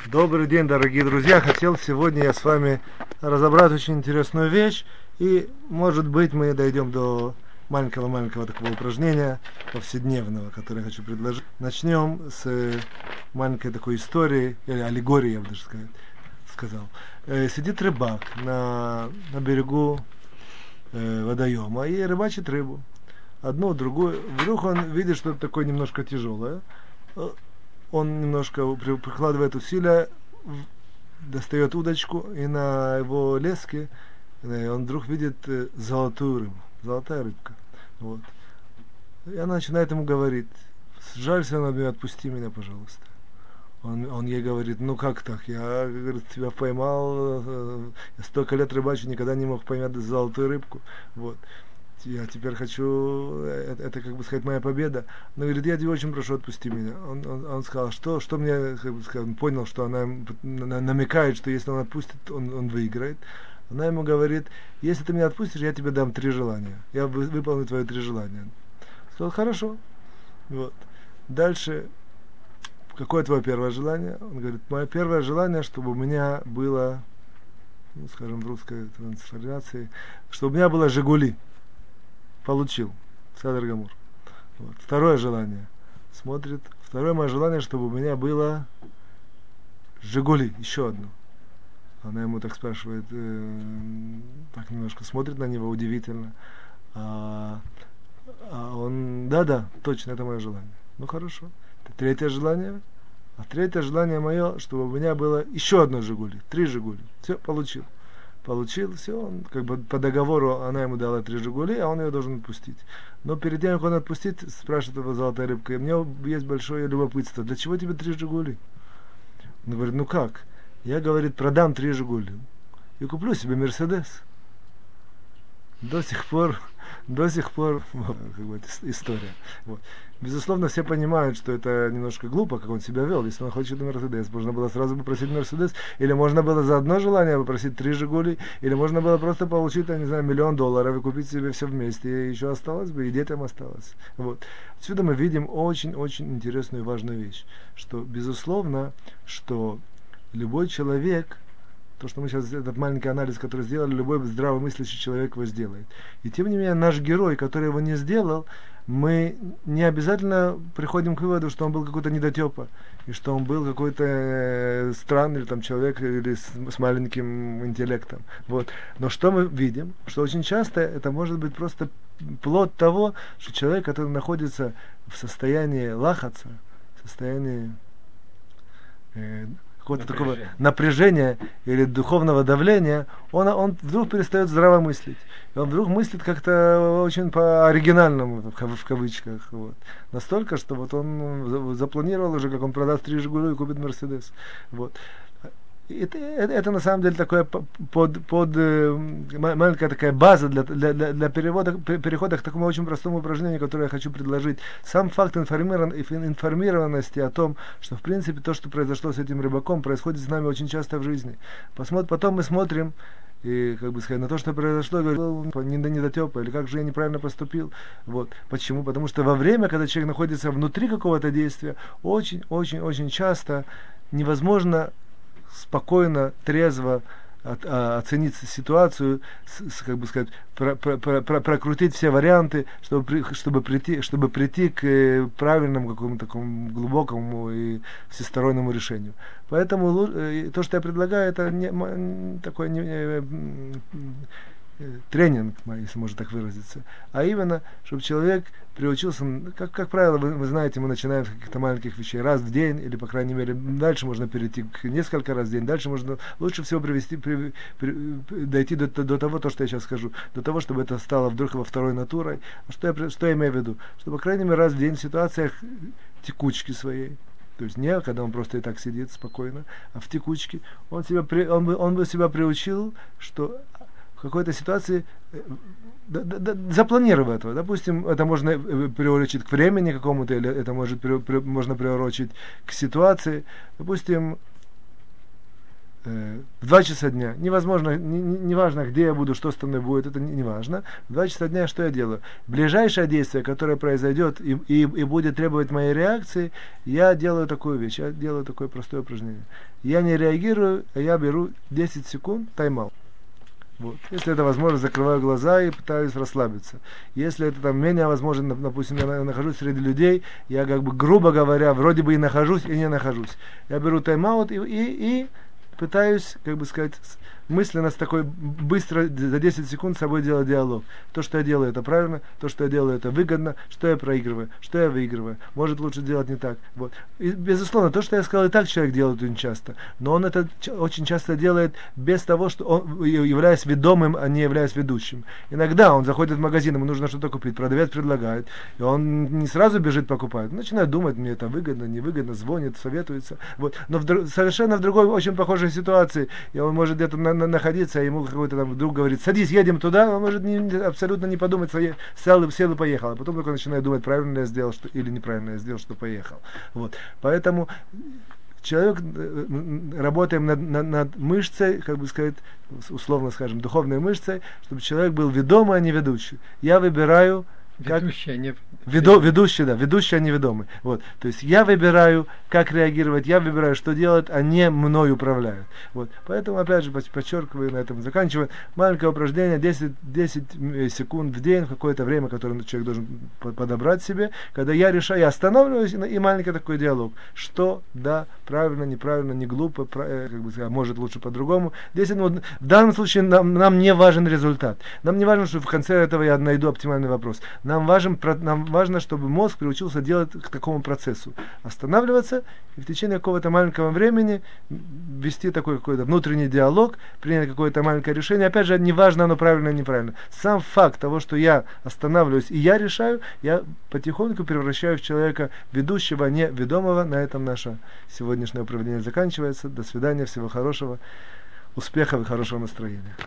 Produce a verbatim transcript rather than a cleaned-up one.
Добрый день, дорогие друзья. Хотел сегодня я с вами разобрать очень интересную вещь. И, может быть, мы дойдем до маленького-маленького такого упражнения повседневного, которое я хочу предложить. Начнем с маленькой такой истории, или аллегории, я бы даже сказать, сказал. Э, сидит рыбак на, на берегу э, водоема и рыбачит рыбу. Одну, другую. Вдруг он видит что-то такое немножко тяжелое. Он немножко прикладывает усилия, достает удочку, и на его леске он вдруг видит золотую рыбу, золотая рыбка. Вот. И она начинает ему говорить: жалься над мной, отпусти меня, пожалуйста. Он, он ей говорит: ну как так, я, говорит, тебя поймал, я столько лет рыбачу, никогда не мог поймать золотую рыбку. Вот. Я теперь хочу, это, это, как бы сказать, моя победа. Но говорит: я тебя очень прошу, отпусти меня. Он, он, он сказал, что, что мне, как бы сказать, он понял, что она намекает, что если он отпустит, он, он выиграет. Она ему говорит: если ты меня отпустишь, я тебе дам три желания. Я выполню твои три желания. Он сказал: хорошо. Вот. Дальше, какое твое первое желание? Он говорит: мое первое желание, чтобы у меня было, ну, скажем, в русской трансформации, чтобы у меня было «Жигули». Получил. Садар Гамур. Вот. Второе желание. Смотрит. Второе мое желание, чтобы у меня было «Жигули». Еще одно. Она ему так спрашивает, э, так немножко смотрит на него удивительно. А, а он: да-да, точно, это мое желание. Ну хорошо. Третье желание. А третье желание мое, чтобы у меня было еще одно «Жигули». Три «Жигули». Все, получил. Получил, все, он, как бы по договору она ему дала три «Жигули», а он ее должен отпустить. Но перед тем, как он отпустит, спрашивает его золотая рыбка: у меня есть большое любопытство, для чего тебе три «Жигули»? Он говорит: ну как? Я, говорит, продам три «Жигули» и куплю себе «Мерседес». До сих пор, до сих пор, как бы, история. Вот. Безусловно, все понимают, что это немножко глупо, как он себя вел. Если он хочет «Мерседес», можно было сразу попросить «Мерседес», или можно было за одно желание попросить три «Жигули», или можно было просто получить, я не знаю, миллион долларов и купить себе все вместе, и еще осталось бы, и детям осталось. Вот. Отсюда мы видим очень-очень интересную и важную вещь, что, безусловно, что любой человек, то, что мы сейчас, этот маленький анализ, который сделали, любой здравомыслящий человек его сделает. И тем не менее, наш герой, который его не сделал, мы не обязательно приходим к выводу, что он был какой-то недотепа, и что он был какой-то странный там человек или с, с маленьким интеллектом. Вот. Но что мы видим? Что очень часто это может быть просто плод того, что человек, который находится в состоянии лахаца, в состоянии э, какого-то такого напряжения или духовного давления, он, он вдруг перестает здраво мыслить. И он вдруг мыслит как-то очень по-оригинальному, в кавычках. Вот. Настолько, что вот он запланировал уже, как он продаст три «Жигули» и купит «Мерседес». Вот. Это, это, это на самом деле такое под, под, э, маленькая такая база для, для, для перевода, перехода к такому очень простому упражнению, которое я хочу предложить. Сам факт информирован, информированности о том, что в принципе то, что произошло с этим рыбаком, происходит с нами очень часто в жизни. Посмотр, потом мы смотрим и, как бы сказать, на то, что произошло, говорим: не недотепа, или как же я неправильно поступил. Вот. Почему? Потому что во время, когда человек находится внутри какого-то действия, очень-очень-очень часто невозможно спокойно, трезво от, а, оценить ситуацию, с, с, как бы сказать, про, про, про, про, прокрутить все варианты, чтобы, при, чтобы, прийти, чтобы прийти к э, правильному, какому-то такому глубокому и всестороннему решению. Поэтому э, то, что я предлагаю, это не, такой не, э, тренинг, если можно так выразиться, а именно, чтобы человек приучился, как, как правило, вы, вы знаете, мы начинаем с каких-то маленьких вещей, раз в день, или, по крайней мере, дальше можно перейти к несколько раз в день, дальше можно, лучше всего привести, при, при, дойти до, до того, то, что я сейчас скажу, до того, чтобы это стало вдруг его второй натурой. Что я, что я имею в виду? Что, по крайней мере, раз в день в ситуациях текучки своей, то есть не когда он просто и так сидит спокойно, а в текучке, он, себя, он, бы, он бы себя приучил, что в какой-то ситуации да, да, да, запланировать этого. Допустим, это можно приурочить к времени какому-то, или это может, при, при, можно приурочить к ситуации. Допустим, э, в два часа дня, невозможно, не, не, не важно, где я буду, что со мной будет, это не, не важно. В два часа дня что я делаю? Ближайшее действие, которое произойдет и, и, и будет требовать моей реакции, я делаю такую вещь, я делаю такое простое упражнение. Я не реагирую, а я беру десять секунд тайм-аут. Вот. Если это возможно, закрываю глаза и пытаюсь расслабиться. Если это там менее возможно, допустим, я нахожусь среди людей, я как бы, грубо говоря, вроде бы и нахожусь, и не нахожусь. Я беру тайм-аут и, и, и пытаюсь, как бы сказать, мысленно с такой быстро за десять секунд с собой делать диалог. То, что я делаю, это правильно, то, что я делаю, это выгодно, что я проигрываю, что я выигрываю. Может, лучше делать не так. Вот. И, безусловно, то, что я сказал, и так человек делает очень часто. Но он это очень часто делает без того, что он, являясь ведомым, а не являясь ведущим. Иногда он заходит в магазин, ему нужно что-то купить, продавец предлагает, и он не сразу бежит покупать. Начинает думать, мне это выгодно, невыгодно, звонит, советуется. Вот. Но в, совершенно в другой, очень похожей ситуации, и он может где-то на находиться, а ему какой-то там друг говорит, садись, едем туда, он может не, абсолютно не подумать, сел, сел и поехал, а потом только начинает думать, правильно я сделал, что, или неправильно я сделал, что поехал. Вот. Поэтому человек, работаем над, над, над мышцей, как бы сказать, условно скажем, духовной мышцей, чтобы человек был ведомый, а не ведущий. Я выбираю как ведущий, а не веду, ведущий, да, ведущий, а не ведомый. Вот. То есть я выбираю, как реагировать, я выбираю, что делать, а не мной управляют. Вот. Поэтому, опять же, подчеркиваю, на этом заканчиваю. Маленькое упражнение, десять, десять секунд в день, в какое-то время, которое человек должен подобрать себе, когда я решаю, я останавливаюсь, и маленький такой диалог. Что, да, правильно, неправильно, не глупо, как бы сказать, может лучше по-другому. десять минут. В данном случае нам, нам не важен результат. Нам не важно, что в конце этого я найду оптимальный вопрос. Нам, важен, нам важно, чтобы мозг приучился делать к такому процессу. Останавливаться и в течение какого-то маленького времени вести такой какой-то внутренний диалог, принять какое-то маленькое решение. Опять же, не важно, оно правильно или неправильно. Сам факт того, что я останавливаюсь и я решаю, я потихоньку превращаю в человека ведущего, а не ведомого. На этом наше сегодняшнее упражнение заканчивается. До свидания, всего хорошего, успехов и хорошего настроения.